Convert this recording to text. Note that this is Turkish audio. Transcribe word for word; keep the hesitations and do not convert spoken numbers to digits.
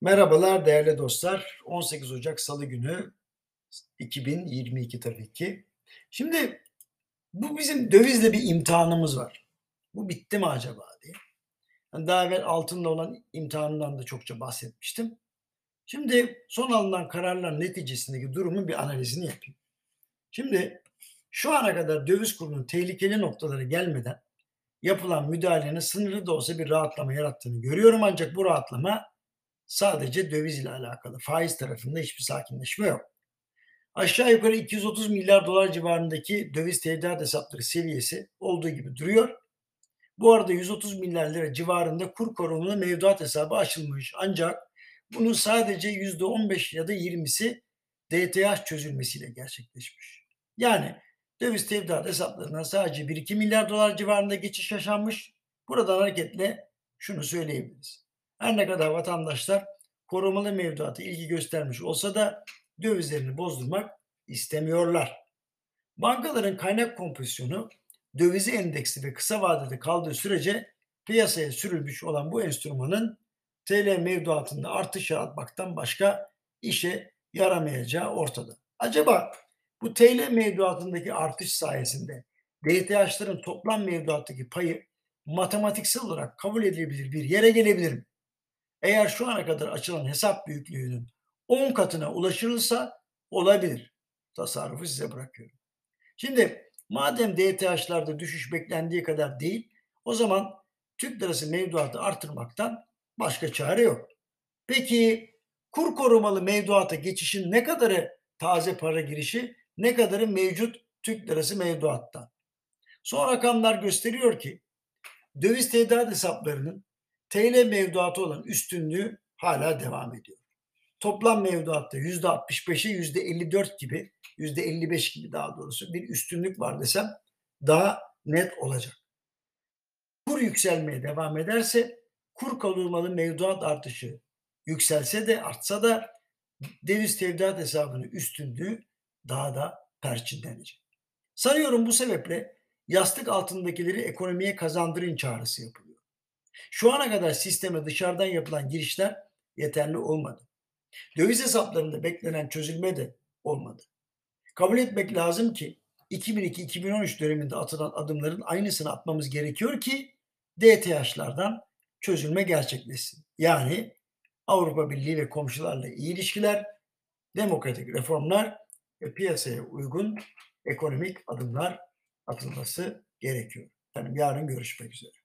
Merhabalar değerli dostlar. on sekiz Ocak Salı günü iki bin yirmi iki tabii ki. Şimdi bu bizim dövizle bir imtihanımız var. Bu bitti mi acaba diye. Hani daha evvel altınla olan imtihanından da çokça bahsetmiştim. Şimdi son alınan kararlar neticesindeki durumun bir analizini yapayım. Şimdi şu ana kadar döviz kurunun tehlikeli noktalara gelmeden yapılan müdahalenin sınırlı da olsa bir rahatlama yarattığını görüyorum, ancak bu rahatlama sadece döviz ile alakalı. Faiz tarafında hiçbir sakinleşme yok. Aşağı yukarı iki yüz otuz milyar dolar civarındaki döviz tevdiat hesapları seviyesi olduğu gibi duruyor. Bu arada yüz otuz milyar lira civarında kur korumalı mevduat hesabı açılmış. Ancak bunun sadece yüzde on beş ya da yirmisi D T H çözülmesiyle gerçekleşmiş. Yani döviz tevdiat hesaplarına sadece bir iki milyar dolar civarında geçiş yaşanmış. Buradan hareketle şunu söyleyebiliriz. Her ne kadar vatandaşlar korumalı mevduata ilgi göstermiş olsa da dövizlerini bozdurmak istemiyorlar. Bankaların kaynak kompozisyonu dövize endeksli ve kısa vadede kaldığı sürece piyasaya sürülmüş olan bu enstrümanın T L mevduatında artış yaratmaktan başka işe yaramayacağı ortada. Acaba bu T L mevduatındaki artış sayesinde D T H'ların toplam mevduattaki payı matematiksel olarak kabul edilebilir bir yere gelebilir mi? Eğer şu ana kadar açılan hesap büyüklüğünün on katına ulaşılırsa olabilir. Tasarrufu size bırakıyorum. Şimdi madem D T H'larda düşüş beklendiği kadar değil, o zaman Türk lirası mevduatı artırmaktan başka çare yok. Peki kur korumalı mevduata geçişin ne kadarı taze para girişi, ne kadarı mevcut Türk lirası mevduatta? Son rakamlar gösteriyor ki döviz tevdiat hesaplarının T L mevduatı olan üstünlüğü hala devam ediyor. Toplam mevduatta yüzde altmış beşe yüzde elli dört gibi, yüzde elli beş gibi daha doğrusu bir üstünlük var desem daha net olacak. Kur yükselmeye devam ederse, kur korumalı mevduat artışı yükselse de artsa da döviz tevdiat hesabının üstünlüğü daha da perçinlenecek. Sanıyorum bu sebeple yastık altındakileri ekonomiye kazandırın çağrısı yapılıyor. Şu ana kadar sisteme dışarıdan yapılan girişler yeterli olmadı. Döviz hesaplarında beklenen çözülme de olmadı. Kabul etmek lazım ki iki bin iki iki bin on üç döneminde atılan adımların aynısını atmamız gerekiyor ki D T H'lardan çözülme gerçekleşsin. Yani Avrupa Birliği ve komşularla iyi ilişkiler, demokratik reformlar ve piyasaya uygun ekonomik adımlar atılması gerekiyor. Yani yarın görüşmek üzere.